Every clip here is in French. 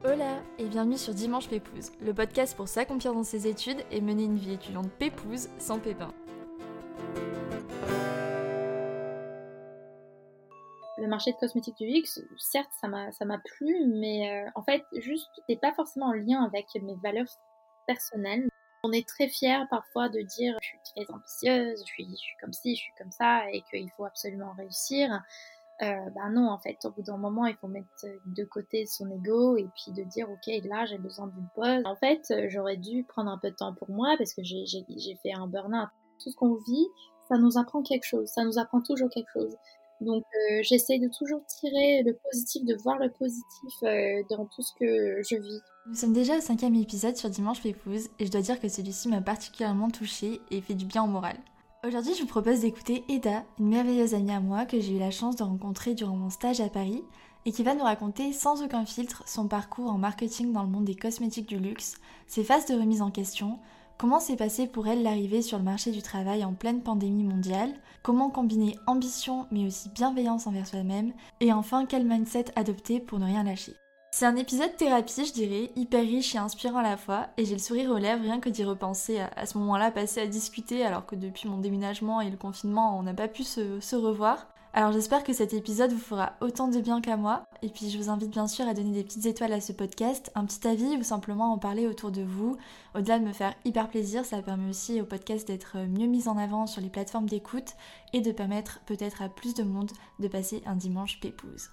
Hola et bienvenue sur Dimanche Pépouze, le podcast pour s'accomplir dans ses études et mener une vie étudiante pépouze sans pépin. Le marché de cosmétiques du luxe, certes, ça m'a plu, mais en fait, juste, c'est pas forcément en lien avec mes valeurs personnelles. On est très fiers parfois de dire je suis très ambitieuse, je suis comme ci, je suis comme ça, et qu'il faut absolument réussir. Non, en fait, au bout d'un moment, il faut mettre de côté son ego et puis de dire ok, là, j'ai besoin d'une pause. En fait, j'aurais dû prendre un peu de temps pour moi parce que j'ai fait un burn-out. Tout ce qu'on vit, ça nous apprend quelque chose, ça nous apprend toujours quelque chose. Donc, j'essaye de toujours tirer le positif, de voir le positif dans tout ce que je vis. Nous sommes déjà au 5e épisode sur Dimanche Pépouze et je dois dire que celui-ci m'a particulièrement touchée et fait du bien au moral. Aujourd'hui, je vous propose d'écouter Eda, une merveilleuse amie à moi que j'ai eu la chance de rencontrer durant mon stage à Paris et qui va nous raconter sans aucun filtre son parcours en marketing dans le monde des cosmétiques du luxe, ses phases de remise en question, comment s'est passé pour elle l'arrivée sur le marché du travail en pleine pandémie mondiale, comment combiner ambition mais aussi bienveillance envers soi-même, et enfin quel mindset adopter pour ne rien lâcher. C'est un épisode thérapie, je dirais, hyper riche et inspirant à la fois, et j'ai le sourire aux lèvres rien que d'y repenser à ce moment-là passé à discuter alors que depuis mon déménagement et le confinement on n'a pas pu se revoir. Alors j'espère que cet épisode vous fera autant de bien qu'à moi, et puis je vous invite bien sûr à donner des petites étoiles à ce podcast, un petit avis ou simplement en parler autour de vous. Au-delà de me faire hyper plaisir, ça permet aussi au podcast d'être mieux mis en avant sur les plateformes d'écoute et de permettre peut-être à plus de monde de passer un dimanche pépouze.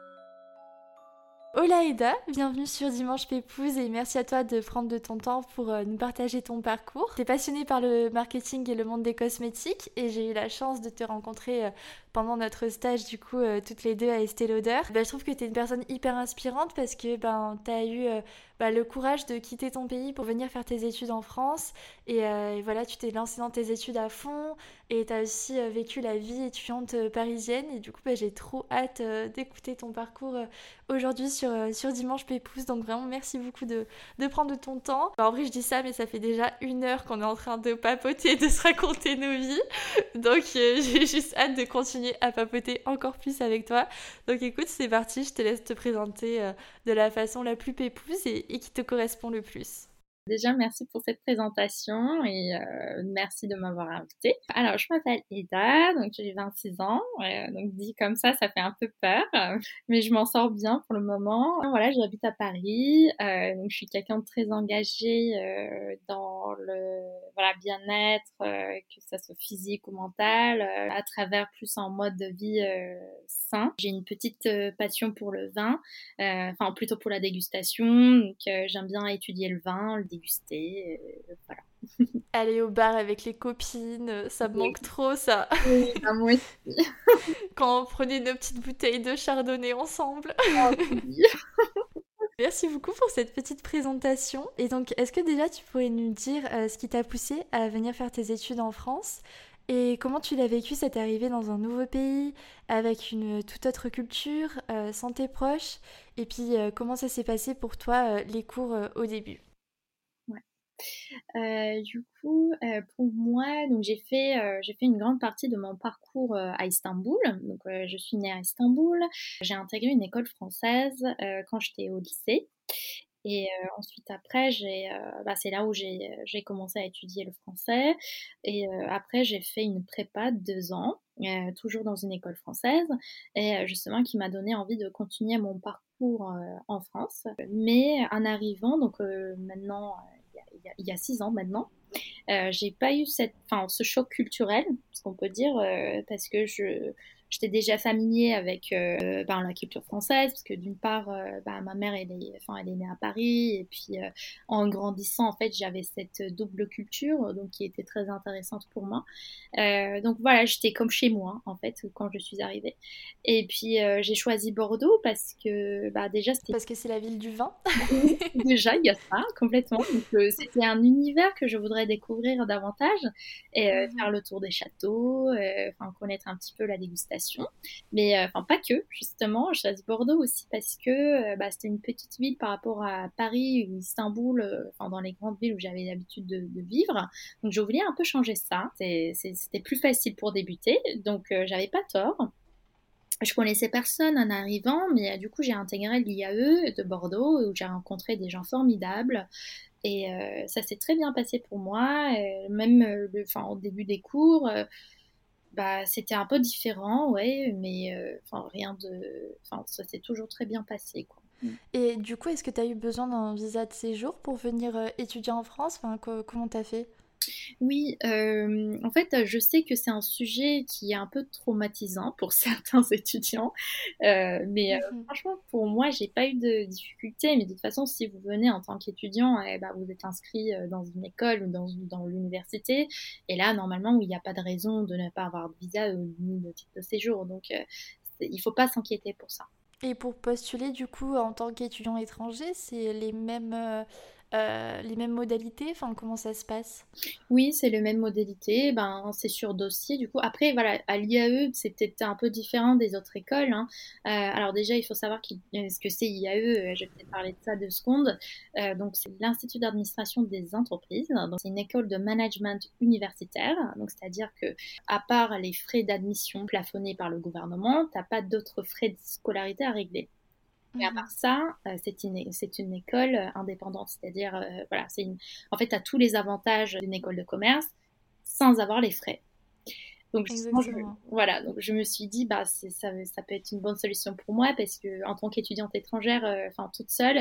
Hola Eda, bienvenue sur Dimanche Pépouze et merci à toi de prendre de ton temps pour nous partager ton parcours. T'es passionnée par le marketing et le monde des cosmétiques et j'ai eu la chance de te rencontrer pendant notre stage du coup toutes les deux à Estée Lauder. Je trouve que t'es une personne hyper inspirante parce que t'as eu le courage de quitter ton pays pour venir faire tes études en France et voilà, tu t'es lancée dans tes études à fond et t'as aussi vécu la vie étudiante parisienne et du coup j'ai trop hâte d'écouter ton parcours aujourd'hui sur Dimanche Pépouze, donc vraiment merci beaucoup de prendre de ton temps. En vrai je dis ça mais ça fait déjà 1 heure qu'on est en train de papoter, de se raconter nos vies, donc j'ai juste hâte de continuer à papoter encore plus avec toi. Donc écoute, c'est parti, je te laisse te présenter de la façon la plus pépouze et qui te correspond le plus. Déjà, merci pour cette présentation et merci de m'avoir invitée. Alors, je m'appelle Eda, donc j'ai 26 ans. Donc dit comme ça fait un peu peur, mais je m'en sors bien pour le moment. Voilà, j'habite à Paris, donc je suis quelqu'un de très engagé dans le bien-être, que ça soit physique ou mental, à travers plus un mode de vie sain. J'ai une petite passion pour le vin, enfin plutôt pour la dégustation. Donc j'aime bien étudier le vin, le déguster, voilà. Aller au bar avec les copines, ça me manque trop ça. Oui, moi aussi. Quand on prenait nos petites bouteilles de chardonnay ensemble. Ah oui. Merci beaucoup pour cette petite présentation. Et donc, est-ce que déjà tu pourrais nous dire ce qui t'a poussé à venir faire tes études en France et comment tu l'as vécu cette arrivée dans un nouveau pays avec une toute autre culture, sans tes proches, et puis comment ça s'est passé pour toi les cours au début? Ouais. Du coup, pour moi, donc j'ai fait une grande partie de mon parcours à Istanbul. Donc, je suis née à Istanbul. J'ai intégré une école française quand j'étais au lycée. Et ensuite après, c'est là où j'ai commencé à étudier le français. Et après, j'ai fait une prépa de 2 ans, toujours dans une école française, et justement qui m'a donné envie de continuer mon parcours en France. Mais en arrivant, donc maintenant, il y a 6 ans maintenant, j'ai pas eu ce choc culturel, ce qu'on peut dire, parce que j'étais déjà familier avec la culture française, parce que d'une part, ma mère, elle est née à Paris, et puis en grandissant, en fait, j'avais cette double culture, donc qui était très intéressante pour moi. Donc voilà, j'étais comme chez moi, en fait, quand je suis arrivée. Et puis j'ai choisi Bordeaux parce que déjà, c'était Parce que c'est la ville du vin. oui, déjà, il y a ça, complètement. Donc, c'était un univers que je voudrais découvrir davantage et faire le tour des châteaux, connaître un petit peu la dégustation. Mais pas que, justement. Je choisis Bordeaux aussi parce que c'était une petite ville par rapport à Paris ou Istanbul, dans les grandes villes où j'avais l'habitude de vivre. Donc, je voulais un peu changer ça. C'était plus facile pour débuter, donc j'avais pas tort. Je connaissais personne en arrivant, mais du coup, j'ai intégré l'IAE de Bordeaux où j'ai rencontré des gens formidables. Et ça s'est très bien passé pour moi. Même au début des cours, bah, c'était un peu différent, ouais, mais rien de. Enfin, ça s'est toujours très bien passé, quoi. Et du coup, est-ce que tu as eu besoin d'un visa de séjour pour venir étudier en France? Enfin, comment t'as fait? Oui, en fait, je sais que c'est un sujet qui est un peu traumatisant pour certains étudiants, mais Mhm. franchement, pour moi, j'ai pas eu de difficulté. Mais de toute façon, si vous venez en tant qu'étudiant, eh ben, vous êtes inscrit dans une école ou dans l'université, et là, normalement, il n'y a pas de raison de ne pas avoir de visa ni de titre de séjour. Donc, il faut pas s'inquiéter pour ça. Et pour postuler, du coup, en tant qu'étudiant étranger, c'est les mêmes modalités? Enfin, comment ça se passe? Oui, c'est les mêmes modalités. Ben, c'est sur dossier. Du coup, après, voilà, à l'IAE, c'est peut-être un peu différent des autres écoles, hein. Alors déjà, il faut savoir ce que c'est IAE. Je vais peut-être parler de ça 2 secondes. Donc, c'est l'Institut d'administration des entreprises. Donc, c'est une école de management universitaire. Donc, c'est-à-dire que, à part les frais d'admission plafonnés par le gouvernement, t'as pas d'autres frais de scolarité à régler. Et à part Mhm. ça, c'est une école indépendante, c'est-à-dire, voilà, en fait, tu as tous les avantages d'une école de commerce sans avoir les frais. Donc justement, Exactement. voilà, donc je me suis dit, bah, ça peut être une bonne solution pour moi parce que en tant qu'étudiante étrangère, enfin toute seule,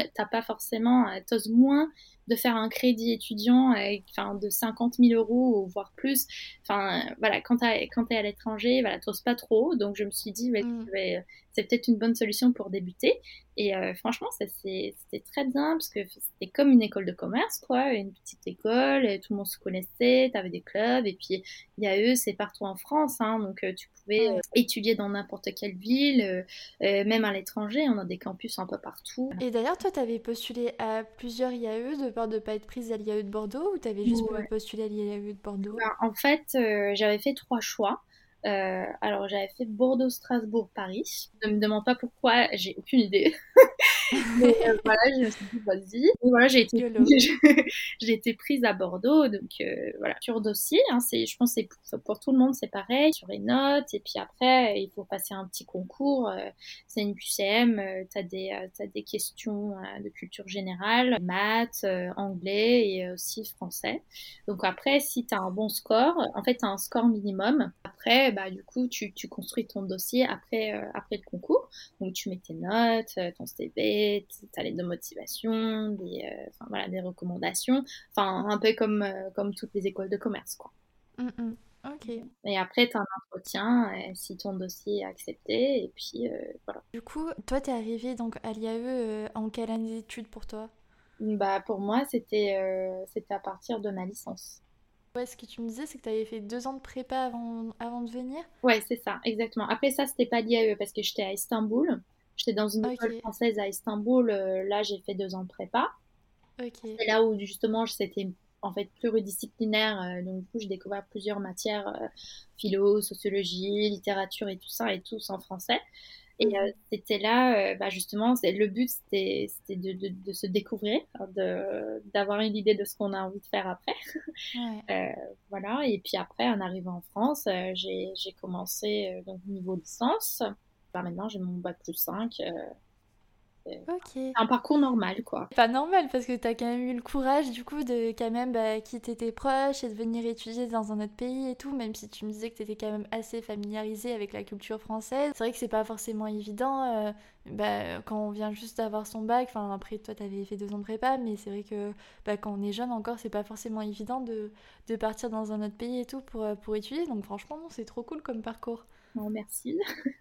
t'oses moins de faire un crédit étudiant, enfin de 50 000 euros voire plus. Enfin voilà, quand t'es à l'étranger, voilà, t'oses pas trop. Donc je me suis dit, ouais, Mm. c'est peut-être une bonne solution pour débuter. Et franchement, c'était très bien parce que c'était comme une école de commerce, quoi, une petite école, et tout le monde se connaissait, t'avais des clubs et puis l'IAE, c'est partout en France, hein, donc tu pouvais Ouais. étudier dans n'importe quelle ville, même à l'étranger, on a des campus un peu partout. Et d'ailleurs, toi, t'avais postulé à plusieurs IAE de peur de pas être prise à l'IAE de Bordeaux ou t'avais juste Ouais. postulé à l'IAE de Bordeaux? Ben, en fait, j'avais fait 3 choix. Alors, j'avais fait Bordeaux, Strasbourg, Paris. Ne me demande pas pourquoi, j'ai aucune idée. Mais voilà, je me suis dit, vas-y. Et voilà, YOLO. j'ai été prise à Bordeaux. Donc voilà, sur dossier, hein, je pense que pour tout le monde, c'est pareil, sur les notes. Et puis après, il faut passer un petit concours. C'est une QCM, t'as des questions de culture générale, maths, anglais et aussi français. Donc après, si tu as un bon score, en fait, tu as un score minimum. Après, bah, du coup, tu construis ton dossier après le concours. Donc, tu mets tes notes, ton CV, ta lettre de motivation, enfin, voilà, des recommandations. Enfin, un peu comme toutes les écoles de commerce, quoi. Mm, mm. Ok. Et après, tu as un entretien si ton dossier est accepté. Et puis, voilà. Du coup, toi, t'es arrivée donc à l'IAE en quelle année d'études pour toi? Bah, pour moi, c'était à partir de ma licence. Ouais, ce que tu me disais, c'est que t'avais fait 2 ans de prépa avant de venir? Ouais, c'est ça, exactement. Après ça, c'était pas l'IAE parce que j'étais à Istanbul. J'étais dans une école Ok, française à Istanbul. Là, j'ai fait 2 ans de prépa. ok. C'est là où justement c'était en fait pluridisciplinaire. Donc du coup, j'ai découvert plusieurs matières, philo, sociologie, littérature et tout ça, et tous en français. Et Mhm. c'était là, bah, justement, le but c'était de se découvrir, d'avoir une idée de ce qu'on a envie de faire après. Ouais. Euh, voilà. Et puis après, en arrivant en France, j'ai commencé donc niveau licence. Bah, maintenant, j'ai mon bac+5. C'est Ok. un parcours normal, quoi. Pas normal parce que t'as quand même eu le courage du coup de quand même quitter tes proches et de venir étudier dans un autre pays et tout, même si tu me disais que t'étais quand même assez familiarisée avec la culture française. C'est vrai que c'est pas forcément évident quand on vient juste d'avoir son bac, enfin après toi t'avais fait 2 ans de prépa, mais c'est vrai que quand on est jeune encore c'est pas forcément évident de partir dans un autre pays et tout pour étudier, donc franchement non, c'est trop cool comme parcours. Non, merci.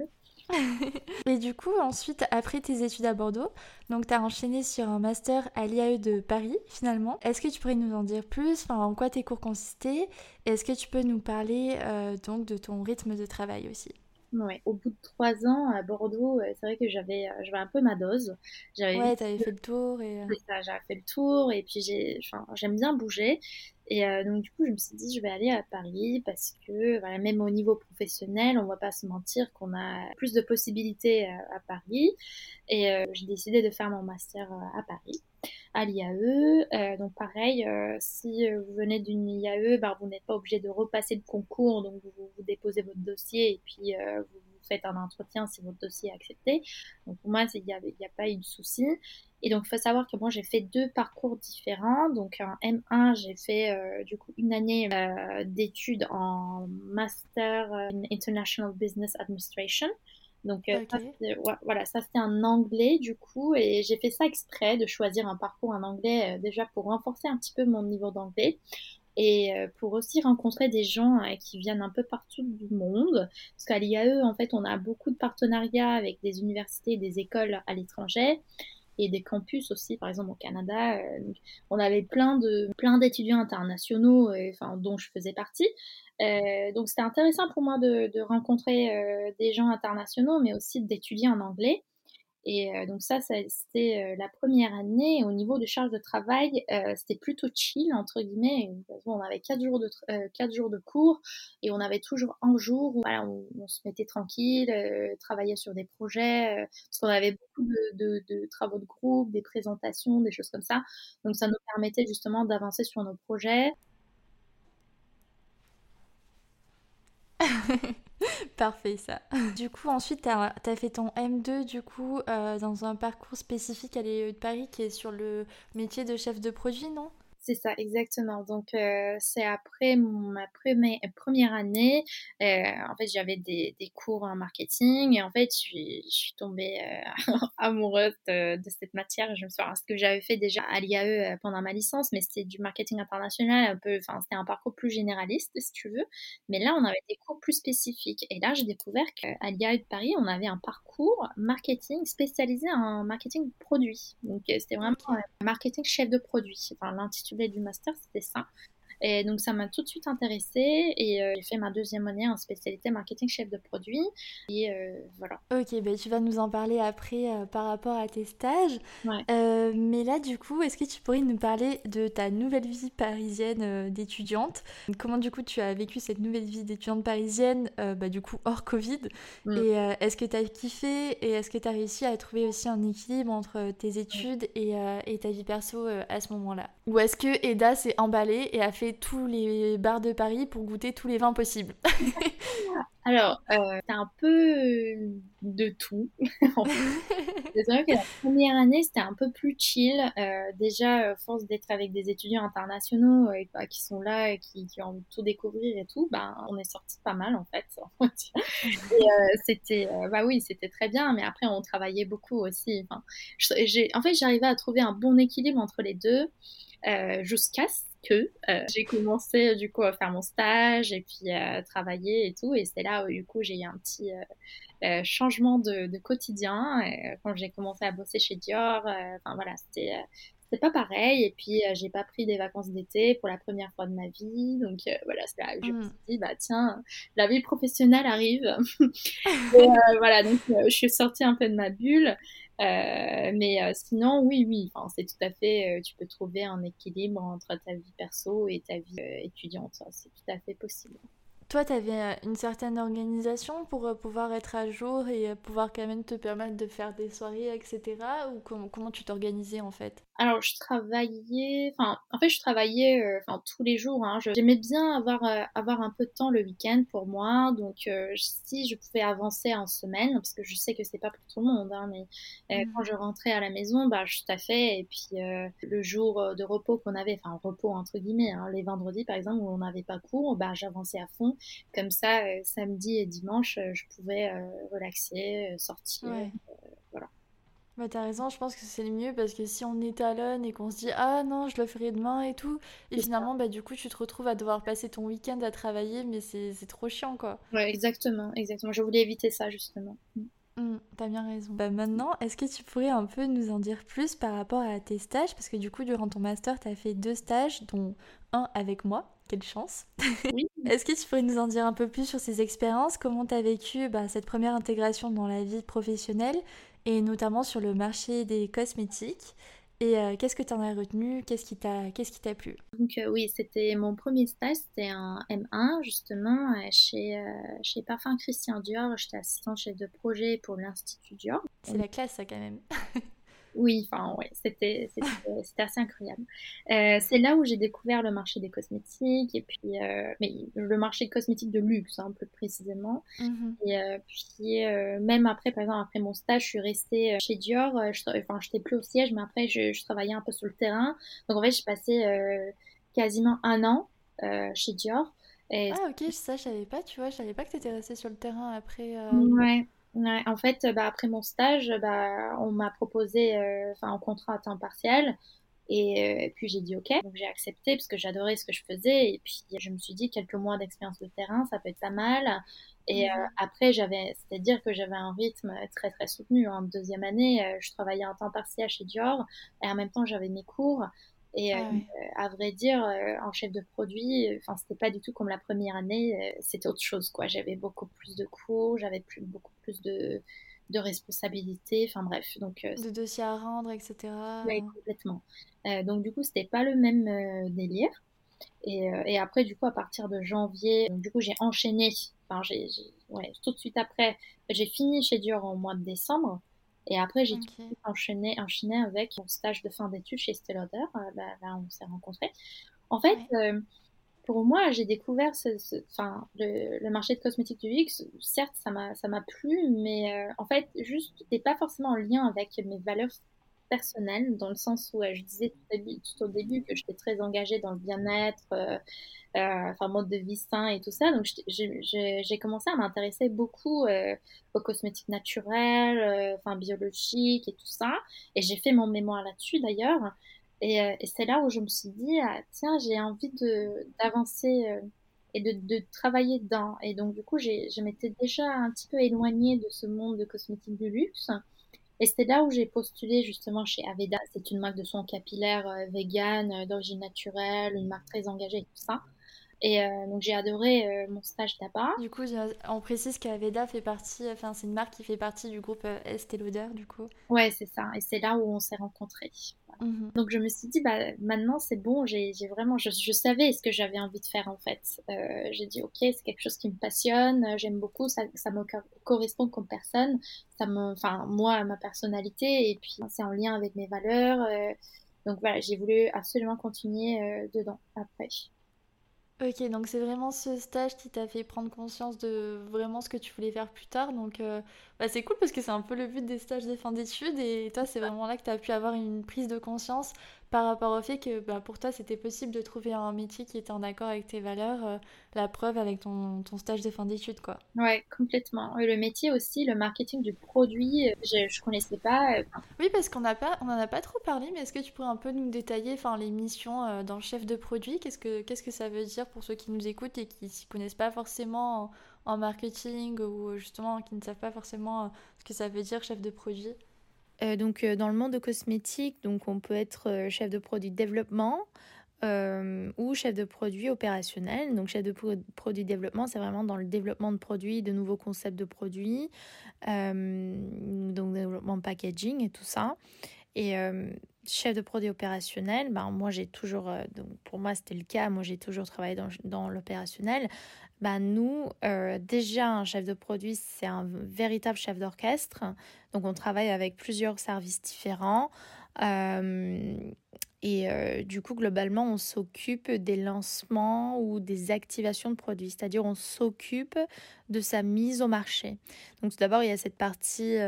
Et du coup, ensuite, après tes études à Bordeaux, donc tu as enchaîné sur un master à l'IAE de Paris, finalement. Est-ce que tu pourrais nous en dire plus, enfin, en quoi tes cours consistaient? Et est-ce que tu peux nous parler donc de ton rythme de travail aussi? Ouais. Au bout de 3 ans à Bordeaux, c'est vrai que j'avais un peu ma dose. J'avais Ouais, t'avais fait le tour et... C'est ça, j'avais fait le tour et puis enfin, j'aime bien bouger. Et donc du coup, je me suis dit, je vais aller à Paris parce que, voilà, même au niveau professionnel, on va pas se mentir qu'on a plus de possibilités à Paris. Et j'ai décidé de faire mon master à Paris, à l'IAE. Donc pareil, si vous venez d'une IAE, bah, vous n'êtes pas obligé de repasser le concours, donc vous déposez votre dossier et puis vous faites un entretien si votre dossier est accepté. Donc pour moi, il n'y a pas eu de souci. Et donc, il faut savoir que moi, j'ai fait 2 parcours différents. Donc, en M1, j'ai fait du coup une année d'études en Master in International Business Administration. Donc, ça, Ok. voilà, ça c'était en anglais du coup. Et j'ai fait ça exprès de choisir un parcours en anglais déjà pour renforcer un petit peu mon niveau d'anglais et pour aussi rencontrer des gens qui viennent un peu partout du monde. Parce qu'à l'IAE, en fait, on a beaucoup de partenariats avec des universités et des écoles à l'étranger et des campus aussi, par exemple au Canada. Donc, on avait plein d'étudiants internationaux, enfin, dont je faisais partie. Donc c'était intéressant pour moi de rencontrer des gens internationaux, mais aussi d'étudier en anglais. Et donc c'était la première année. Au niveau de charge de travail, c'était plutôt chill, entre guillemets. On avait 4 jours de cours et on avait toujours un jour où voilà, on se mettait tranquille, travaillait sur des projets, parce qu'on avait beaucoup de travaux de groupe, des présentations, des choses comme ça. Donc ça nous permettait justement d'avancer sur nos projets. Parfait ça. Du coup, ensuite, t'as fait ton M2 du coup dans un parcours spécifique à l'EE de Paris qui est sur le métier de chef de produit, non? C'est ça, exactement. Donc, c'est après ma première année. En fait, j'avais des cours en marketing et en fait, je suis tombée amoureuse de cette matière. Je me souviens ce que j'avais fait déjà à l'IAE pendant ma licence, mais c'était du marketing international, un peu, enfin, c'était un parcours plus généraliste, si tu veux. Mais là, on avait des cours plus spécifiques. Et là, j'ai découvert qu'à l'IAE de Paris, on avait un parcours marketing spécialisé en marketing produit. Donc, c'était vraiment Ok. marketing chef de produit. Enfin, l'intitulé du master, c'était ça. Et donc, ça m'a tout de suite intéressée et j'ai fait ma deuxième année en spécialité marketing chef de produit. Et voilà. Ok, bah tu vas nous en parler après par rapport à tes stages. Ouais. Mais là, du coup, est-ce que tu pourrais nous parler de ta nouvelle vie parisienne d'étudiante? Comment, du coup, tu as vécu cette nouvelle vie d'étudiante parisienne, bah, du coup, hors Covid? Mm. Et est-ce que tu as kiffé et est-ce que tu as réussi à trouver aussi un équilibre entre tes études et ta vie perso à ce moment-là? Ou est-ce que Eda s'est emballée et a fait tous les bars de Paris pour goûter tous les vins possibles? Alors, c'était un peu de tout. En fait. C'est vrai que la première année, c'était un peu plus chill. Déjà, force d'être avec des étudiants internationaux bah, qui sont là, et qui ont envie de tout découvrir et tout, ben, on est sorti pas mal en fait. On va dire. Et c'était, bah oui, c'était très bien, mais après, on travaillait beaucoup aussi. Enfin, en fait, j'arrivais à trouver un bon équilibre entre les deux jusqu'à ce que j'ai commencé du coup à faire mon stage et puis travailler et tout. Et c'est là où du coup j'ai eu un petit changement de quotidien quand j'ai commencé à bosser chez Dior. Enfin voilà, c'était pas pareil. Et puis j'ai pas pris des vacances d'été pour la première fois de ma vie. Donc voilà, c'est là où je me Hmm. suis dit bah tiens, la vie professionnelle arrive. Et, voilà, donc je suis sortie un peu de ma bulle. Mais sinon, oui, oui, enfin, c'est tout à fait, tu peux trouver un équilibre entre ta vie perso et ta vie étudiante. Ça, c'est tout à fait possible. Toi, tu avais une certaine organisation pour pouvoir être à jour et pouvoir quand même te permettre de faire des soirées, etc. Ou comment tu t'organisais en fait? Alors, je travaillais, enfin, en fait, je travaillais enfin, tous les jours. Hein. J'aimais bien avoir un peu de temps le week-end pour moi. Donc, si je pouvais avancer en semaine, parce que je sais que c'est pas pour tout le monde, hein, mais quand Mhm. je rentrais à la maison, bah, je taffais. Et puis, le jour de repos qu'on avait, enfin, repos entre guillemets, hein, les vendredis par exemple, où on n'avait pas cours, bah, j'avançais à fond. Comme ça, samedi et dimanche, je pouvais relaxer, sortir. Ouais. Voilà. Bah t'as raison, je pense que c'est le mieux parce que si on étalonne et qu'on se dit ah non je le ferai demain et tout, et C'est ça. finalement bah du coup tu te retrouves à devoir passer ton week-end à travailler mais c'est trop chiant quoi. Ouais, exactement, exactement. Je voulais éviter ça justement. T'as bien raison. Bah maintenant, est-ce que tu pourrais un peu nous en dire plus par rapport à tes stages? Parce que du coup, durant ton master, t'as fait 2 stages, dont un avec moi. Quelle chance! Oui. Est-ce que tu pourrais nous en dire un peu plus sur ces expériences? Comment t'as vécu bah, cette première intégration dans la vie professionnelle et notamment sur le marché des cosmétiques? Et qu'est-ce que t'en as retenu? Qu'est-ce qui t'a plu? Donc oui, c'était mon premier stage, c'était un M1 justement chez Parfum Christian Dior. J'étais assistante chef de projet pour l'Institut Dior. C'est la classe, ça, quand même. Oui, enfin, ouais, c'était assez incroyable. C'est là où j'ai découvert le marché des cosmétiques et puis, mais le marché de cosmétiques de luxe, hein, plus précisément. Mhm. Et puis, même après, par exemple, après mon stage, je suis restée chez Dior. Enfin, j'étais plus au siège, mais après, je travaillais un peu sur le terrain. Donc, en fait, j'ai passé quasiment un an chez Dior. Et Ah ok, ça je savais pas, tu vois, je savais pas que t'étais restée sur le terrain après... ouais, ouais. En fait, bah, après mon stage, bah, on m'a proposé enfin, un contrat à temps partiel. Et puis j'ai dit OK, donc j'ai accepté parce que j'adorais ce que je faisais. Et puis je me suis dit quelques mois d'expérience de terrain, ça peut être pas mal. Et Mhm. après, c'est-à-dire que j'avais un rythme très très soutenu. En deuxième année, je travaillais en temps partiel chez Dior et en même temps j'avais mes cours. Et Ah ouais. à vrai dire, en chef de produit, enfin c'était pas du tout comme la première année, c'était autre chose quoi. J'avais beaucoup plus de cours, beaucoup plus de responsabilités. Enfin bref, donc De dossiers à rendre, etc. ouais, complètement. Donc du coup, c'était pas le même délire. Et après, du coup, à partir de janvier, donc, du coup, j'ai enchaîné. Enfin, ouais, tout de suite après, j'ai fini chez Dior en mois de décembre. Et après, j'ai tout de Ok. suite enchaîné avec mon stage de fin d'études chez Estée Lauder. Là, on s'est rencontrés. En fait, Ouais. pour moi, j'ai découvert enfin, le marché de cosmétiques du luxe. Certes, ça m'a plu, mais en fait, juste, c'était pas forcément en lien avec mes valeurs personnelles, dans le sens où je disais tout au début que j'étais très engagée dans le bien-être, enfin, mode de vie sain et tout ça. Donc, j'ai commencé à m'intéresser beaucoup aux cosmétiques naturels, enfin, biologiques et tout ça. Et j'ai fait mon mémoire là-dessus, d'ailleurs. Et c'est là où je me suis dit, ah, tiens, j'ai envie d'avancer et de travailler dedans. Et donc, du coup, je m'étais déjà un petit peu éloignée de ce monde de cosmétiques de luxe. Et c'était là où j'ai postulé justement chez Aveda. C'est une marque de soins capillaires vegan, d'origine naturelle, une marque très engagée et tout ça. Et donc, j'ai adoré mon stage là-bas. Du coup, on précise qu'Aveda fait partie, enfin c'est une marque qui fait partie du groupe Estée Lauder, du coup. Ouais, c'est ça. Et c'est là où on s'est rencontrés. Mhm. Donc je me suis dit, bah, maintenant c'est bon, j'ai vraiment, je savais ce que j'avais envie de faire en fait. J'ai dit, ok, c'est quelque chose qui me passionne, j'aime beaucoup, ça me correspond comme personne, enfin, moi, ma personnalité, et puis c'est en lien avec mes valeurs. Donc voilà, j'ai voulu absolument continuer dedans après. Ok, donc c'est vraiment ce stage qui t'a fait prendre conscience de vraiment ce que tu voulais faire plus tard. Donc bah, c'est cool parce que c'est un peu le but des stages de fin d'études et toi c'est vraiment là que tu as pu avoir une prise de conscience par rapport au fait que bah, pour toi c'était possible de trouver un métier qui était en accord avec tes valeurs, la preuve avec ton stage de fin d'études quoi. Ouais, complètement. Et le métier aussi, le marketing du produit, je connaissais pas. Oui, parce on en a pas trop parlé, mais est-ce que tu pourrais un peu nous détailler, enfin, les missions dans le chef de produit? Qu'est-ce que ça veut dire pour ceux qui nous écoutent et qui s'y connaissent pas forcément en marketing ou justement qui ne savent pas forcément ce que ça veut dire chef de produit? Dans le monde de cosmétique, donc on peut être chef de produit développement ou chef de produit opérationnel. Donc chef de produit développement, c'est vraiment dans le développement de produits, de nouveaux concepts de produits, donc développement de packaging et tout ça. Et chef de produit opérationnel, ben, moi j'ai toujours, donc pour moi c'était le cas, moi j'ai toujours travaillé dans l'opérationnel. Ben, nous, déjà un chef de produit, c'est un véritable chef d'orchestre. Donc on travaille avec plusieurs services différents. Euh, du coup, globalement, on s'occupe des lancements ou des activations de produits, c'est-à-dire on s'occupe de sa mise au marché. Donc tout d'abord, il y a cette partie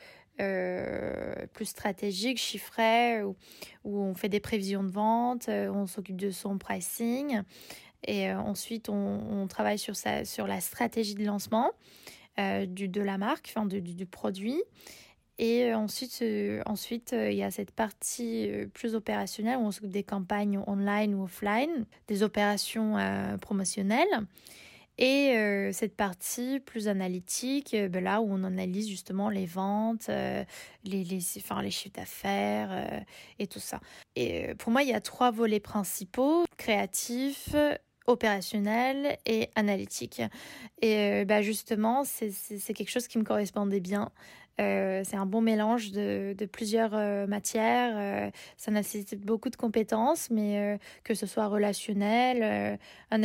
plus stratégique, chiffrée, où on fait des prévisions de vente, on s'occupe de son pricing. Et ensuite, on travaille sur la stratégie de lancement de la marque, enfin du produit. Et ensuite, il y a cette partie plus opérationnelle où on s'occupe des campagnes online ou offline, des opérations promotionnelles. Et cette partie plus analytique, ben là où on analyse justement les ventes, enfin, les chiffres d'affaires et tout ça. Et pour moi, il y a 3 volets principaux, créatif, opérationnel et analytique. Et bah justement, c'est quelque chose qui me correspondait bien. C'est un bon mélange de plusieurs matières. Ça nécessite beaucoup de compétences, mais que ce soit relationnel,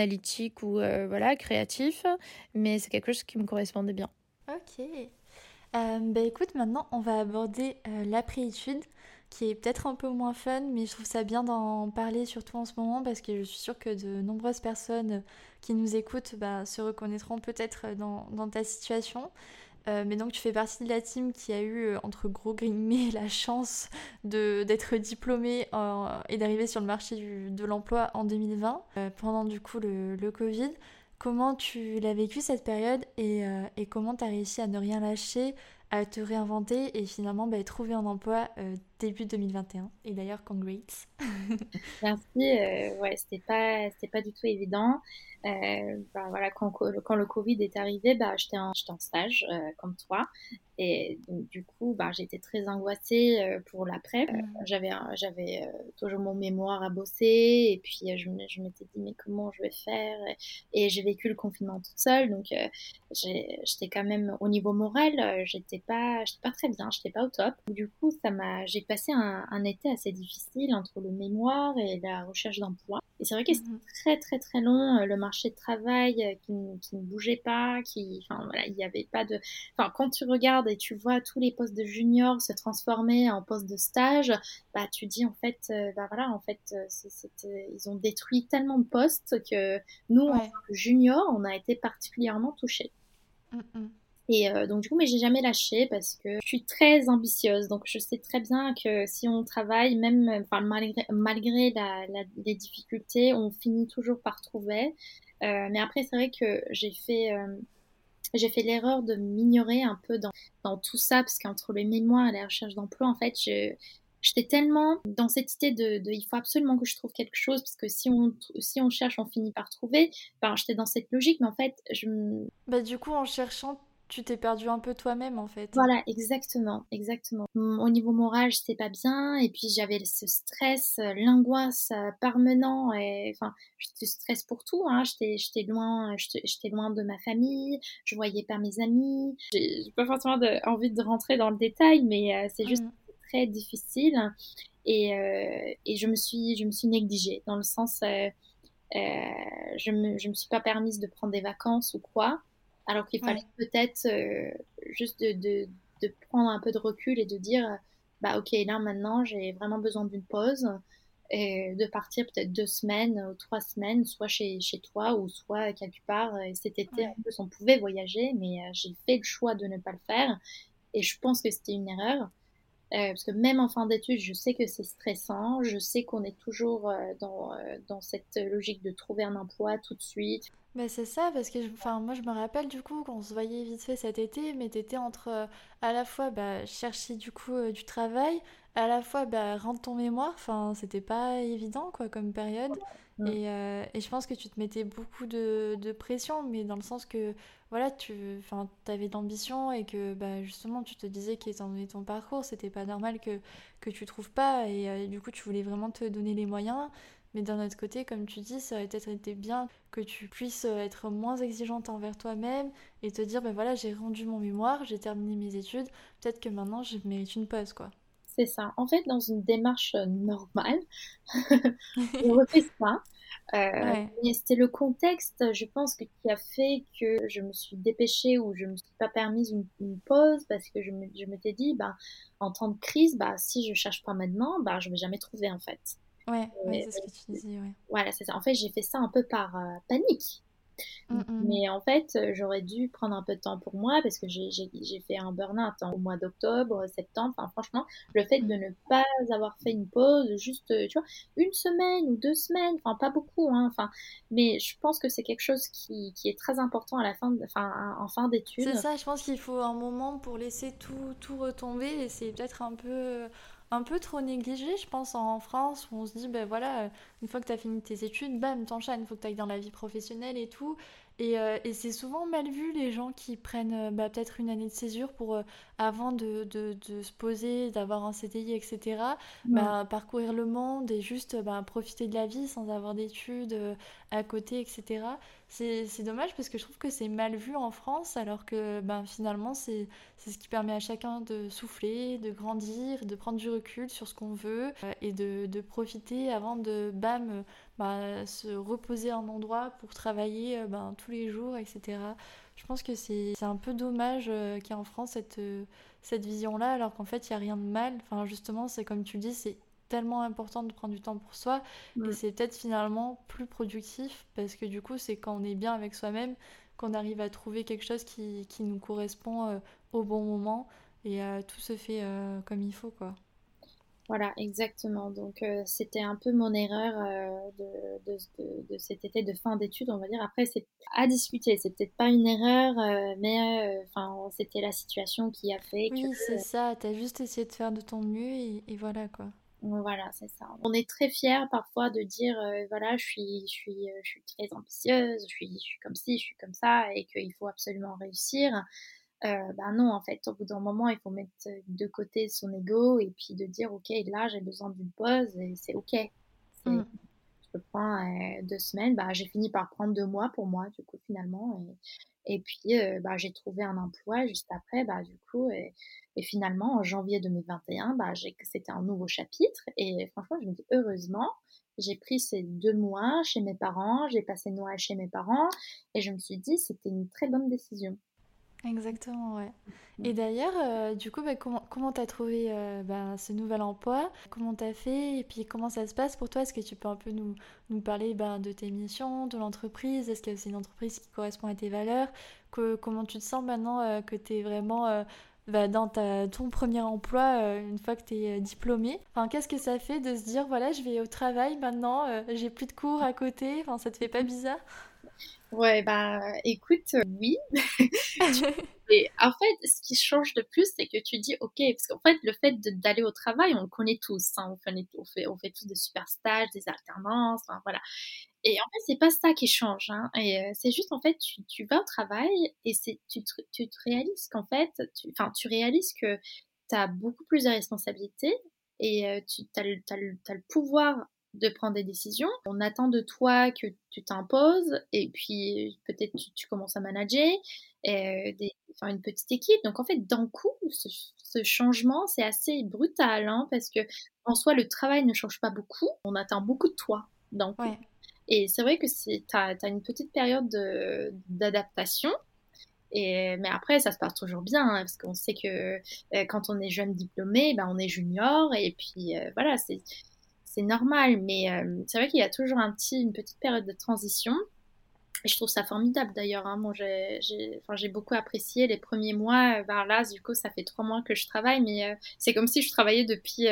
analytique ou voilà, créatif. Mais c'est quelque chose qui me correspondait bien. Ok. Bah écoute, maintenant on va aborder l'après-études, qui est peut-être un peu moins fun, mais je trouve ça bien d'en parler, surtout en ce moment, parce que je suis sûre que de nombreuses personnes qui nous écoutent bah, se reconnaîtront peut-être dans ta situation. Mais donc tu fais partie de la team qui a eu, entre gros guillemets, la chance d'être diplômée et d'arriver sur le marché de l'emploi en 2020, pendant du coup le Covid. Comment tu l'as vécu cette période et comment tu as réussi à ne rien lâcher, à te réinventer et finalement bah, trouver un emploi début 2021. Et d'ailleurs, congrats. Merci. Ouais, c'était pas du tout évident. Bah, voilà, quand le Covid est arrivé, bah, j'étais en stage, comme toi. Et donc, du coup, bah, j'étais très angoissée pour l'après. Mm. J'avais toujours mon mémoire à bosser. Et puis, je m'étais dit, mais comment je vais faire? Et j'ai vécu le confinement toute seule. Donc, j'étais quand même, au niveau moral, j'étais pas très bien. J'étais pas au top. Du coup, j'ai passé un été assez difficile entre le mémoire et la recherche d'emploi. Et c'est vrai que c'était Mhm. très très très long, le marché de travail qui ne bougeait pas, enfin voilà, il n'y avait pas de, enfin quand tu regardes et tu vois tous les postes de junior se transformer en postes de stage, bah tu dis en fait, bah voilà, en fait, ils ont détruit tellement de postes que nous en tant Ouais. que junior, on a été particulièrement touchés. Mm-mm. Et donc du coup, mais j'ai jamais lâché parce que je suis très ambitieuse. Donc je sais très bien que si on travaille, même enfin, malgré les difficultés, on finit toujours par trouver. Mais après, c'est vrai que j'ai fait l'erreur de m'ignorer un peu dans tout ça parce qu'entre les mémoires et la recherche d'emploi, en fait, j'étais tellement dans cette idée il faut absolument que je trouve quelque chose parce que si on cherche, on finit par trouver. Enfin, j'étais dans cette logique, mais en fait, Bah du coup, en cherchant, tu t'es perdu un peu toi-même en fait. voilà, exactement, exactement. Au niveau moral, j'étais pas bien, et puis j'avais ce stress, l'angoisse permanent, et enfin, je stress pour tout, hein. J'étais loin de ma famille, je voyais pas mes amis. J'ai pas forcément envie de rentrer dans le détail, mais c'est juste Mm. très difficile, et je me suis négligée dans le sens, je me suis pas permise de prendre des vacances ou quoi, alors qu'il fallait Ouais. peut-être juste de prendre un peu de recul et de dire, bah ok, là maintenant j'ai vraiment besoin d'une pause et de partir peut-être 2 semaines ou 3 semaines, soit chez toi ou soit quelque part. Et cet été, Ouais. en plus, on pouvait voyager, mais j'ai fait le choix de ne pas le faire et je pense que c'était une erreur. Parce que même en fin d'études, je sais que c'est stressant, je sais qu'on est toujours dans cette logique de trouver un emploi tout de suite. Bah c'est ça, parce que enfin, moi je me rappelle du coup qu'on se voyait vite fait cet été, mais t'étais entre à la fois bah, chercher du coup du travail, à la fois bah, rendre ton mémoire, enfin c'était pas évident quoi comme période. Mm. Et je pense que tu te mettais beaucoup de pression, mais dans le sens que voilà, enfin, t'avais de l'ambition et que bah, justement tu te disais qu'étant donné ton parcours, c'était pas normal que tu trouves pas, et du coup tu voulais vraiment te donner les moyens. Mais d'un autre côté, comme tu dis, ça aurait peut-être été bien que tu puisses être moins exigeante envers toi-même et te dire, ben voilà, j'ai rendu mon mémoire, j'ai terminé mes études, peut-être que maintenant je mérite une pause, quoi. C'est ça. En fait, dans une démarche normale, on refait ça. Ouais. Mais c'était le contexte, je pense, qui a fait que je me suis dépêchée ou je me suis pas permise une pause parce que je m'étais dit, bah, en temps de crise, bah, si je cherche pas maintenant, bah, je vais jamais trouver en fait. Ouais, ouais, Et- c'est ce que tu disais, ouais. voilà, c'est ça. En fait, j'ai fait ça un peu par panique. Mm, mm. Mais en fait, j'aurais dû prendre un peu de temps pour moi parce que j'ai fait un burn-out au mois d'octobre, septembre. Enfin, franchement, le fait de Mm. ne pas avoir fait une pause, juste, tu vois, 1 semaine ou 2 semaines, enfin, pas beaucoup, hein, enfin, mais je pense que c'est quelque chose qui est très important à la fin, enfin, en fin C'est d'études. ça, je pense qu'il faut un moment pour laisser tout retomber et c'est peut-être un peu trop négligé, je pense, en France où on se dit, ben voilà, une fois que tu as fini tes études, bam, t'enchaînes, il faut que tu ailles dans la vie professionnelle et tout. Et c'est souvent mal vu les gens qui prennent bah, peut-être une année de césure pour, avant de se poser, d'avoir un CDI, etc., Mm. bah, parcourir le monde et juste bah, profiter de la vie sans avoir d'études à côté, etc. C'est dommage parce que je trouve que c'est mal vu en France, alors que ben, finalement, c'est ce qui permet à chacun de souffler, de grandir, de prendre du recul sur ce qu'on veut et de profiter avant de, bam, se reposer à un endroit pour travailler ben, tous les jours, etc. Je pense que c'est un peu dommage qu'il y ait en France cette vision-là, alors qu'en fait, il n'y a rien de mal. Enfin, justement, c'est comme tu le dis, c'est tellement important de prendre du temps pour soi et Mm. c'est peut-être finalement plus productif parce que du coup, c'est quand on est bien avec soi-même qu'on arrive à trouver quelque chose qui nous correspond au bon moment et tout se fait comme il faut, quoi. Voilà, exactement. Donc, c'était un peu mon erreur de cet été de fin d'études, on va dire. Après, c'est à discuter. C'est peut-être pas une erreur, mais enfin, c'était la situation qui a fait que Oui, c'est ça, t'as juste essayé de faire de ton mieux et voilà, quoi. voilà, c'est ça. On est très fiers parfois de dire, voilà, je suis très ambitieuse, je suis comme ci, je suis comme ça, et qu'il faut absolument réussir. Bah non, en fait, au bout d'un moment, il faut mettre de côté son ego et puis de dire, ok, là, j'ai besoin d'une pause et c'est ok. Mm. Je peux prendre 2 semaines. Bah, j'ai fini par prendre 2 mois pour moi, du coup, finalement. Et puis, bah, j'ai trouvé un emploi juste après, bah, du coup. Et finalement, en janvier 2021, bah, c'était un nouveau chapitre. Et franchement, je me dis, heureusement, j'ai pris ces 2 mois chez mes parents, j'ai passé Noël chez mes parents. Et je me suis dit, c'était une très bonne décision. Exactement, ouais. Et d'ailleurs, du coup, bah, comment t'as trouvé ce nouvel emploi? Comment t'as fait? Et puis comment ça se passe pour toi? Est-ce que tu peux un peu nous parler de tes missions, de l'entreprise? Est-ce que c'est une entreprise qui correspond à tes valeurs? Comment tu te sens maintenant que t'es vraiment dans ton premier emploi une fois que t'es diplômée? Enfin, qu'est-ce que ça fait de se dire, voilà, je vais au travail maintenant, j'ai plus de cours à côté? Enfin, ça te fait pas bizarre? Ouais, bah, écoute, oui. Et en fait, ce qui change de plus, c'est que tu dis, ok, parce qu'en fait, le fait d'aller au travail, on le connaît tous, hein, on fait tous des super stages, des alternances, enfin, voilà. Et en fait, c'est pas ça qui change, hein. Et c'est juste, en fait, tu vas au travail et tu te réalises qu'en fait, tu réalises que tu as beaucoup plus de responsabilités et tu as le pouvoir de prendre des décisions. On attend de toi que tu t'imposes et puis peut-être tu commences à manager enfin, une petite équipe. Donc en fait, d'un coup, ce changement, c'est assez brutal, hein, parce que en soi, le travail ne change pas beaucoup. On attend beaucoup de toi d'un coup. Ouais. Et c'est vrai que t'as une petite période d'adaptation. Mais après, ça se passe toujours bien, hein, parce qu'on sait que quand on est jeune diplômé, ben, on est junior, et puis voilà, c'est normal. Mais c'est vrai qu'il y a toujours une petite période de transition. Et je trouve ça formidable d'ailleurs, hein. Moi, enfin, j'ai beaucoup apprécié les premiers mois. Ben là, du coup, ça fait 3 mois que je travaille, mais c'est comme si je travaillais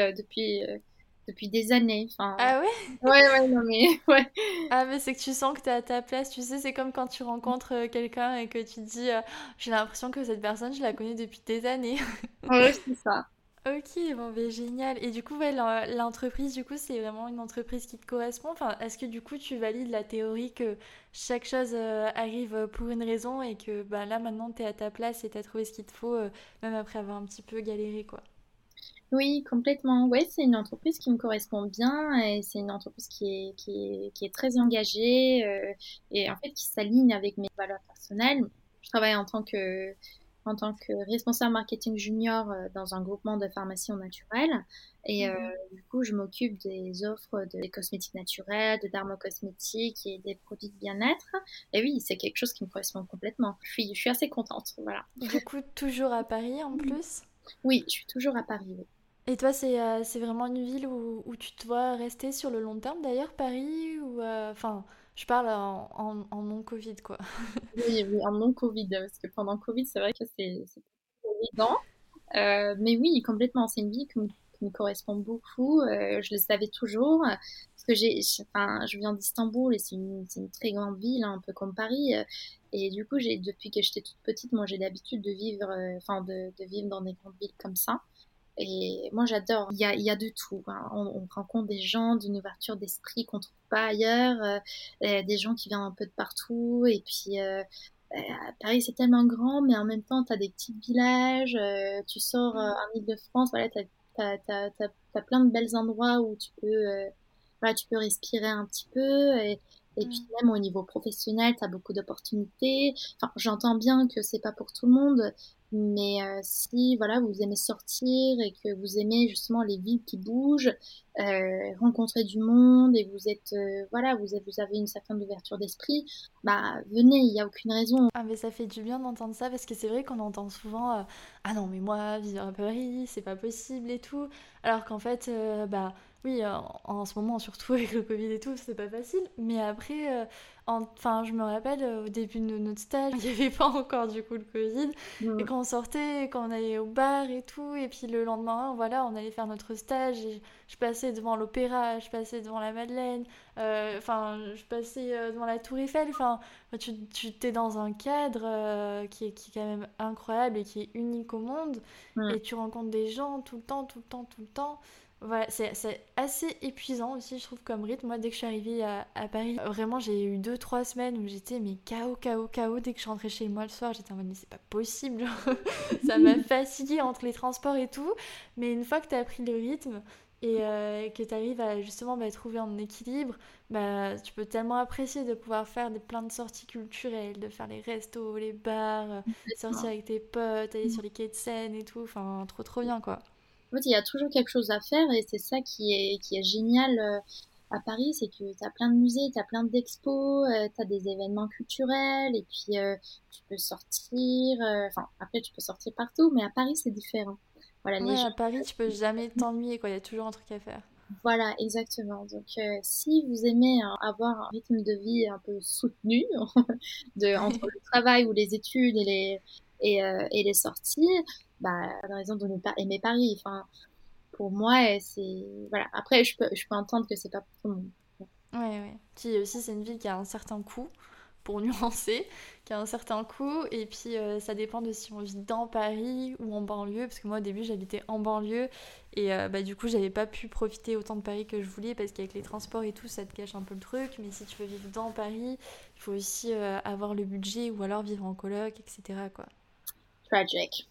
depuis des années. Enfin, Ah ouais? ouais, ouais, non, mais ouais. Ah, mais c'est que tu sens que t'es à ta place, tu sais, c'est comme quand tu rencontres quelqu'un et que tu te dis j'ai l'impression que cette personne, je la connais depuis des années. Ouais, c'est ça. Ok, bon, ben génial. Et du coup, ouais, l'entreprise, du coup, c'est vraiment une entreprise qui te correspond. Enfin, est-ce que du coup, tu valides la théorie que chaque chose arrive pour une raison et que bah, là, maintenant, t'es à ta place et t'as trouvé ce qu'il te faut, même après avoir un petit peu galéré, quoi. Oui, complètement. Ouais, c'est une entreprise qui me correspond bien et c'est une entreprise qui est très engagée et en fait qui s'aligne avec mes valeurs personnelles. Je travaille en tant que responsable marketing junior dans un groupement de pharmacie au naturel et Mhm. du coup, je m'occupe des offres de des cosmétiques naturels, de dermocosmétiques et des produits de bien-être. Et oui, c'est quelque chose qui me correspond complètement. Je suis assez contente, voilà. Du coup, toujours à Paris en plus. Oui, je suis toujours à Paris. Oui. Et toi, c'est vraiment une ville où tu te vois rester sur le long terme d'ailleurs, Paris ou enfin, je parle en non-Covid quoi. Oui, oui, un non-Covid, parce que pendant Covid, c'est vrai que c'est pas évident. Mais oui, complètement, c'est une vie qui me correspond beaucoup. Je le savais toujours, parce que enfin, je viens d'Istanbul et c'est une très grande ville, hein, un peu comme Paris. Et du coup, depuis que j'étais toute petite, moi, j'ai l'habitude de vivre, enfin, de vivre dans des grandes villes comme ça. Et moi, j'adore. Il y a de tout, hein. On rencontre des gens d'une ouverture d'esprit qu'on trouve pas ailleurs, des gens qui viennent un peu de partout. Et puis, Paris, c'est tellement grand, mais en même temps, tu as des petits villages. Tu sors Mm. en Île-de-France, voilà, t'as plein de belles endroits où voilà, tu peux respirer un petit peu. Et puis, Mm. même au niveau professionnel, tu as beaucoup d'opportunités. Enfin, j'entends bien que c'est pas pour tout le monde. Mais si voilà, vous aimez sortir et que vous aimez justement les villes qui bougent, rencontrer du monde et vous êtes voilà, vous avez une certaine ouverture d'esprit, bah venez, il y a aucune raison. Ah mais ça fait du bien d'entendre ça parce que c'est vrai qu'on entend souvent ah non mais moi vivre à Paris c'est pas possible et tout alors qu'en fait bah oui en ce moment surtout avec le Covid et tout c'est pas facile mais après enfin je me rappelle au début de notre stage il y avait pas encore du coup le Covid et Mm, quand on sortait quand on allait au bar et tout et puis le lendemain voilà on allait faire notre stage et je passais devant l'opéra je passais devant la Madeleine enfin je passais devant la Tour Eiffel enfin tu t'es dans un cadre qui est quand même incroyable et qui est unique au monde mm. et tu rencontres des gens tout le temps, tout le temps, tout le temps. Voilà, c'est assez épuisant aussi, je trouve, comme rythme. Moi, dès que je suis arrivée à Paris, vraiment, j'ai eu 2 3 semaines où j'étais mais KO, KO, KO. Dès que je rentrais chez moi le soir, j'étais en mode mais c'est pas possible. Ça m'a fatiguée entre les transports et tout. Mais une fois que tu as pris le rythme et que tu arrives à justement trouver un équilibre, bah, tu peux tellement apprécier de pouvoir faire plein de sorties culturelles, de faire les restos, les bars, sortir avec tes potes, aller sur les quais de Seine et tout. Enfin, trop trop bien quoi. En fait, il y a toujours quelque chose à faire et c'est ça qui est génial à Paris, c'est que tu as plein de musées, tu as plein d'expos, tu as des événements culturels et puis tu peux sortir. Enfin, après, tu peux sortir partout, mais à Paris, c'est différent. Voilà, les Ouais, gens. à Paris, tu peux jamais t'ennuyer quoi, il y a toujours un truc à faire. Voilà, exactement. Donc, si vous aimez avoir un rythme de vie un peu soutenu entre le travail ou les études et les sorties, bah, pas de raison de ne pas aimer Paris. Enfin, pour moi, c'est voilà. Après, je peux entendre que c'est pas pour tout le monde. Ouais, ouais. Puis aussi, c'est une ville qui a un certain coût, pour nuancer, qui a un certain coût. Et puis, ça dépend de si on vit dans Paris ou en banlieue. Parce que moi, au début, j'habitais en banlieue. Et bah, du coup, j'avais pas pu profiter autant de Paris que je voulais. Parce qu'avec les transports et tout, ça te gâche un peu le truc. Mais si tu veux vivre dans Paris, il faut aussi avoir le budget ou alors vivre en coloc, etc. quoi. Tragic.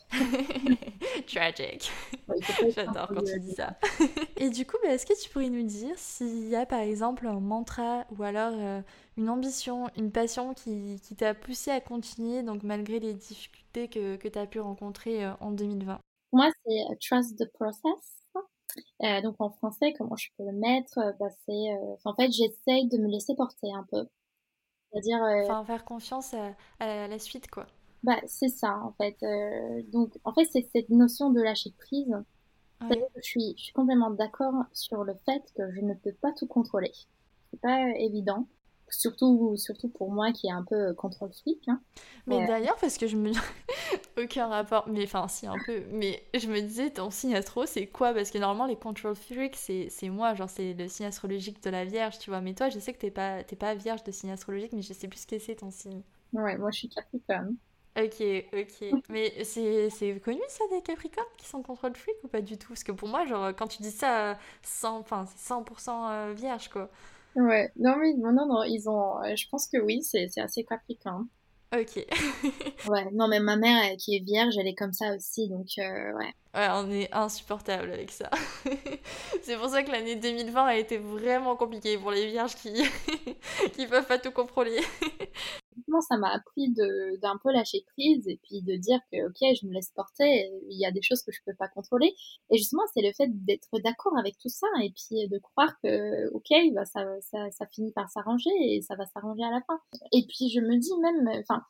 Tragic. Ouais, il faut pas être un J'adore peu quand tu dis ça. Et du coup, bah, est-ce que tu pourrais nous dire s'il y a par exemple un mantra ou alors une ambition, une passion qui t'a poussé à continuer, donc malgré les difficultés que tu as pu rencontrer en 2020? Pour moi, c'est trust the process. Donc en français, comment je peux le mettre? Bah, c'est en fait, j'essaye de me laisser porter un peu. C'est-à-dire, Enfin, faire confiance à la suite, quoi. bah, c'est ça en fait. Donc en fait, c'est cette notion de lâcher prise. Ouais. C'est-à-dire que je suis complètement d'accord sur le fait que je ne peux pas tout contrôler. C'est pas évident, surtout pour moi qui est un peu contrôle freak, hein. Mais d'ailleurs, parce que je me... Aucun rapport, mais enfin si un peu, mais je me disais ton signe astro c'est quoi? Parce que normalement les control freaks c'est moi, genre c'est le signe astrologique de la Vierge, tu vois, mais toi je sais que t'es pas vierge de signe astrologique, mais je sais plus ce que c'est ton signe. Ouais, moi je suis Capricorne. Ok, ok, mais c'est connu ça des Capricornes qui sont control freaks ou pas du tout? Parce que pour moi genre quand tu dis ça, enfin c'est 100% vierge quoi. Ouais, non mais non, ils ont, je pense que oui, c'est assez Capricorne. Ok. Ouais, non mais ma mère qui est vierge, elle est comme ça aussi, donc ouais. Ouais, on est insupportable avec ça. C'est pour ça que l'année 2020 a été vraiment compliquée pour les vierges qui qui peuvent pas tout contrôler. Justement, ça m'a appris d'un peu lâcher prise et puis de dire que ok, je me laisse porter, et il y a des choses que je peux pas contrôler. Et justement, c'est le fait d'être d'accord avec tout ça et puis de croire que ok, bah ça finit par s'arranger et ça va s'arranger à la fin. Et puis je me dis même, enfin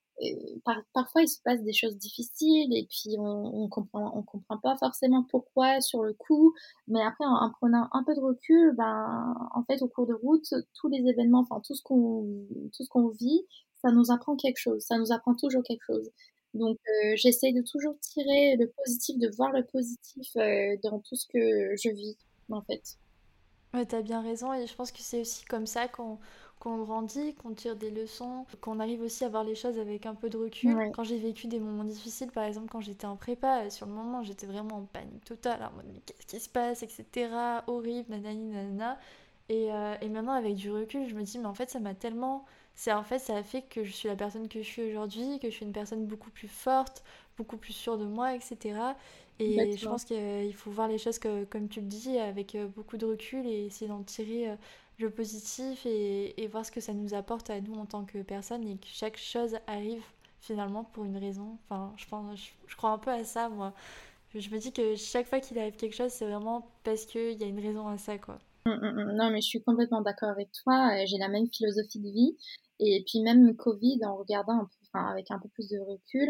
parfois il se passe des choses difficiles et puis on comprend pas forcément pourquoi sur le coup, mais après en prenant un peu de recul, ben en fait au cours de route, tous les événements, enfin tout ce qu'on vit, ça nous apprend quelque chose, ça nous apprend toujours quelque chose. Donc j'essaye de toujours tirer le positif, de voir le positif dans tout ce que je vis en fait. Ouais, t'as bien raison et je pense que c'est aussi comme ça qu'on grandit, qu'on tire des leçons, qu'on arrive aussi à voir les choses avec un peu de recul. Ouais, Quand j'ai vécu des moments difficiles, par exemple quand j'étais en prépa, sur le moment j'étais vraiment en panique totale, en mode mais qu'est-ce qui se passe, etc. Horrible, nanani, nanana. Et maintenant avec du recul, je me dis mais en fait ça m'a tellement... En fait ça a fait que je suis la personne que je suis aujourd'hui, que je suis une personne beaucoup plus forte, beaucoup plus sûre de moi, etc. Et je exactement. pense qu'il faut voir les choses comme tu le dis, avec beaucoup de recul et essayer d'en tirer le positif et voir ce que ça nous apporte à nous en tant que personne et que chaque chose arrive finalement pour une raison. Enfin, je crois un peu à ça, moi. Je me dis que chaque fois qu'il arrive quelque chose, c'est vraiment parce qu'il y a une raison à ça, quoi. Non, mais je suis complètement d'accord avec toi. J'ai la même philosophie de vie. Et puis même Covid, en regardant un peu, enfin, avec un peu plus de recul,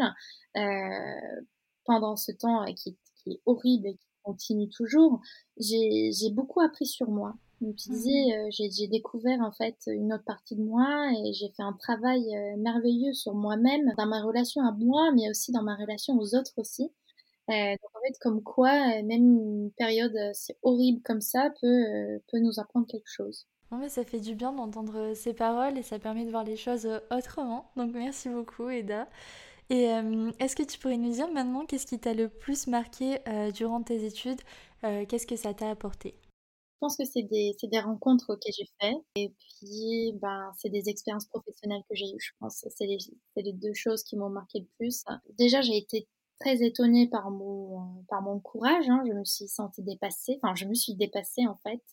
pendant ce temps qui est horrible et qui continue toujours, j'ai beaucoup appris sur moi. Comme tu Mhm. disais, j'ai découvert en fait une autre partie de moi et j'ai fait un travail merveilleux sur moi-même, dans ma relation à moi, mais aussi dans ma relation aux autres aussi. Donc en fait, comme quoi, même une période assez horrible comme ça peut nous apprendre quelque chose. Non, mais ça fait du bien d'entendre ces paroles et ça permet de voir les choses autrement. Donc merci beaucoup, Eda. Et est-ce que tu pourrais nous dire maintenant qu'est-ce qui t'a le plus marqué durant tes études? Qu'est-ce que ça t'a apporté? Je pense que c'est des rencontres que j'ai faites et puis ben, c'est des expériences professionnelles que j'ai eues, je pense. C'est les deux choses qui m'ont marqué le plus. Déjà, j'ai été très étonnée par mon courage, hein. Je me suis sentie dépassée. Enfin, je me suis dépassée en fait.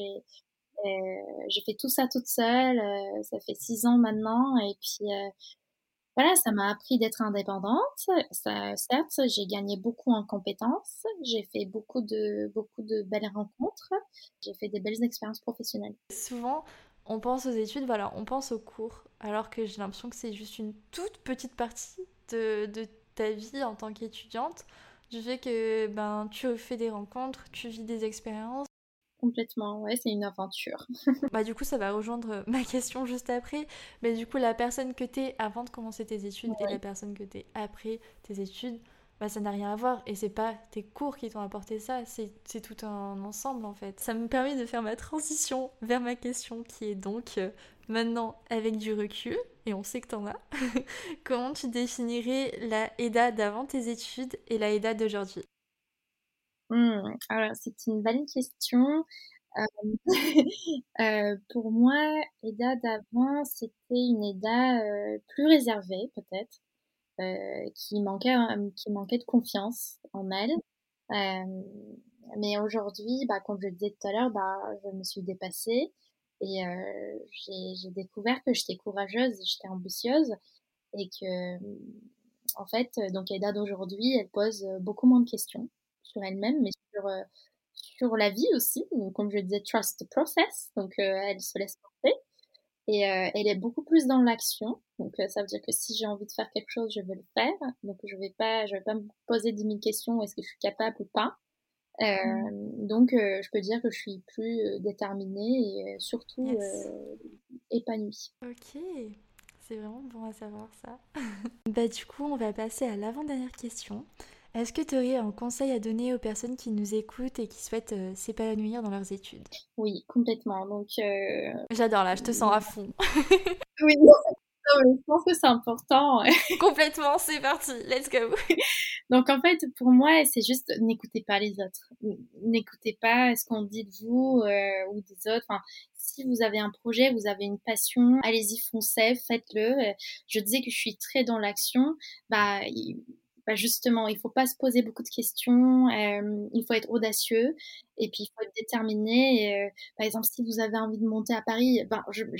J'ai fait tout ça toute seule. Ça fait 6 ans maintenant et puis voilà, ça m'a appris d'être indépendante. Ça, certes, j'ai gagné beaucoup en compétences. J'ai fait beaucoup de belles rencontres. J'ai fait des belles expériences professionnelles. Souvent, on pense aux études, voilà, on pense aux cours, alors que j'ai l'impression que c'est juste une toute petite partie de ta vie en tant qu'étudiante, du fait que ben, tu fais des rencontres, tu vis des expériences. Complètement, ouais, c'est une aventure. Bah, du coup, ça va rejoindre ma question juste après. Mais du coup, la personne que t'es avant de commencer tes études et la Oui, personne que t'es après tes études, bah, ça n'a rien à voir. Et c'est pas tes cours qui t'ont apporté ça, c'est tout un ensemble en fait. Ça me permet de faire ma transition vers ma question qui est donc maintenant avec du recul, et on sait que t'en as, comment tu définirais la Eda d'avant tes études et la Eda d'aujourd'hui? Alors, c'est une bonne question. Pour moi, Eda d'avant, c'était une Eda plus réservée, peut-être, qui manquait de confiance en elle. Euh, mais aujourd'hui, bah, comme je le disais tout à l'heure, bah, je me suis dépassée et j'ai découvert que j'étais courageuse, j'étais ambitieuse et que, en fait, donc Eda d'aujourd'hui, elle pose beaucoup moins de questions sur elle-même, mais sur la vie aussi. Donc, comme je le disais, trust the process. Donc, elle se laisse porter. Et elle est beaucoup plus dans l'action. Donc, ça veut dire que si j'ai envie de faire quelque chose, je veux le faire. Donc, je vais pas me poser 10 000 questions. Est-ce que je suis capable ou pas? Donc, je peux dire que je suis plus déterminée et surtout Yes. épanouie. Ok, c'est vraiment bon à savoir ça. Bah du coup, on va passer à l'avant-dernière question. Est-ce que tu aurais un conseil à donner aux personnes qui nous écoutent et qui souhaitent s'épanouir dans leurs études? Oui, complètement. Donc, J'adore là, je te sens à fond. oui, non, mais je pense que c'est important. Complètement, c'est parti, let's go. Donc en fait, pour moi, c'est juste n'écoutez pas les autres. N'écoutez pas ce qu'on dit de vous ou des autres. Enfin, si vous avez un projet, vous avez une passion, allez-y, foncez, faites-le. Je disais que je suis très dans l'action. Bah, bah justement, il faut pas se poser beaucoup de questions. Il faut être audacieux et puis il faut être déterminé. Et, par exemple, si vous avez envie de monter à Paris, ben,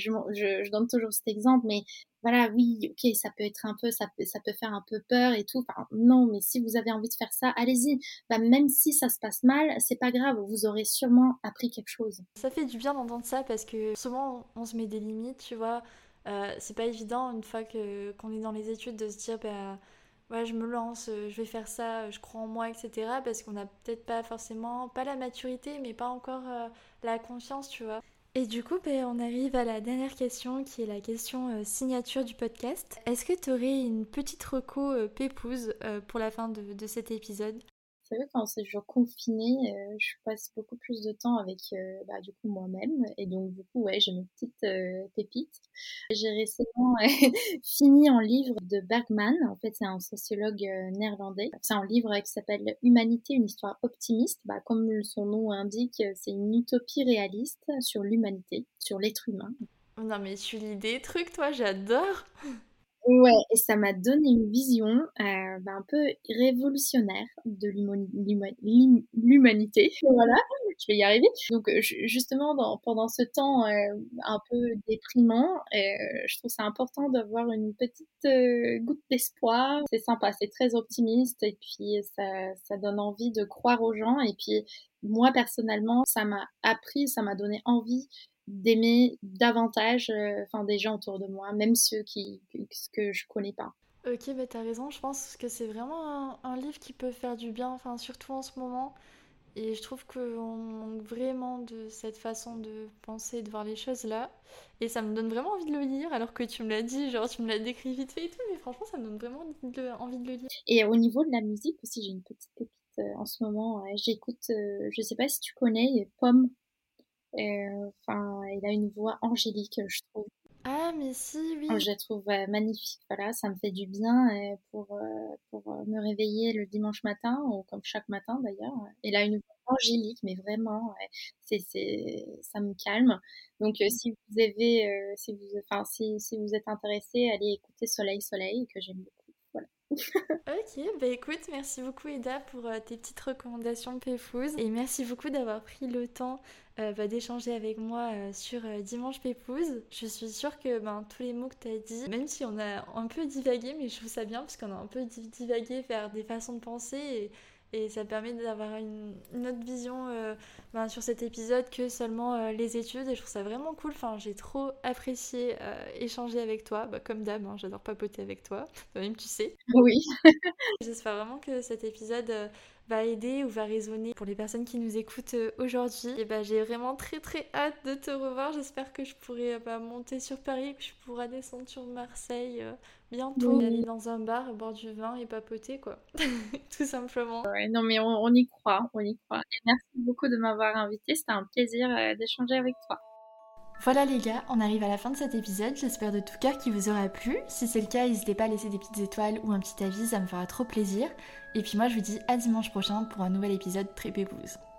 je donne toujours cet exemple, mais voilà, oui, ok, ça peut être un peu, ça peut faire un peu peur et tout. Enfin, non, mais si vous avez envie de faire ça, allez-y. Bah, même si ça se passe mal, c'est pas grave, vous aurez sûrement appris quelque chose. Ça fait du bien d'entendre ça parce que souvent on se met des limites, tu vois. C'est pas évident une fois qu'on est dans les études de se dire bah ouais, je me lance, je vais faire ça, je crois en moi, etc. Parce qu'on n'a peut-être pas forcément, pas la maturité, mais pas encore la confiance, tu vois. Et du coup, ben, on arrive à la dernière question qui est la question signature du podcast. Est-ce que tu aurais une petite reco pépouze pour la fin de cet épisode? C'est vrai qu'en ces jours confinés, je passe beaucoup plus de temps avec, bah, du coup, moi-même et donc du coup, ouais, j'ai mes petites, pépites. J'ai récemment fini un livre de Bergman. En fait, c'est un sociologue, néerlandais. C'est un livre qui s'appelle «Humanité, une histoire optimiste». Bah, comme son nom indique, c'est une utopie réaliste sur l'humanité, sur l'être humain. Non mais tu lis des trucs, toi, j'adore. Ouais, et ça m'a donné une vision bah, un peu révolutionnaire de l'humanité. Voilà. tu vas y arriver. Donc justement pendant ce temps un peu déprimant, je trouve ça important d'avoir une petite goutte d'espoir. C'est sympa, c'est très optimiste et puis ça donne envie de croire aux gens. Et puis moi personnellement, ça m'a donné envie d'aimer davantage des gens autour de moi, même ceux que je connais pas. Ok, bah t'as raison, je pense que c'est vraiment un livre qui peut faire du bien, enfin surtout en ce moment. Et je trouve qu'on manque vraiment de cette façon de penser et de voir les choses là. Et ça me donne vraiment envie de le lire, alors que tu me l'as dit, genre tu me l'as décrit vite fait et tout, mais franchement ça me donne vraiment envie de le lire. Et au niveau de la musique aussi, j'ai une petite pépite en ce moment. J'écoute, je sais pas si tu connais, Pomme. Elle a une voix angélique, je trouve. Ah mais si, oui. Je la trouve magnifique. Voilà, ça me fait du bien pour me réveiller le dimanche matin, ou comme chaque matin d'ailleurs. Elle a une voix angélique, mais vraiment, ça me calme. Donc, si vous avez, si vous êtes intéressé, allez écouter Soleil Soleil, que j'aime beaucoup. Voilà. Ok, bah écoute, merci beaucoup Eda pour tes petites recommandations Pépouze. Et merci beaucoup d'avoir pris le temps d'échanger avec moi sur Dimanche Pépouze. Je suis sûre que tous les mots que tu as dit, même si on a un peu divagué, mais je trouve ça bien parce qu'on a un peu divagué vers des façons de penser et ça permet d'avoir une autre vision sur cet épisode que seulement les études. Et je trouve ça vraiment cool. Enfin, j'ai trop apprécié échanger avec toi. Bah, comme d'hab, hein, j'adore papoter avec toi. Toi-même, tu sais. Oui. J'espère vraiment que cet épisode va aider ou va résonner pour les personnes qui nous écoutent aujourd'hui. Et j'ai vraiment très très hâte de te revoir. J'espère que je pourrai monter sur Paris, que je pourrai descendre sur Marseille bientôt. Oui. Aller dans un bar, boire du vin et papoter quoi. Tout simplement. Ouais, non, mais on y croit, on y croit. Et merci beaucoup de m'avoir invitée. C'était un plaisir d'échanger avec toi. Voilà les gars, on arrive à la fin de cet épisode, j'espère de tout cœur qu'il vous aura plu. Si c'est le cas, n'hésitez pas à laisser des petites étoiles ou un petit avis, ça me fera trop plaisir. Et puis moi je vous dis à dimanche prochain pour un nouvel épisode très pépouze.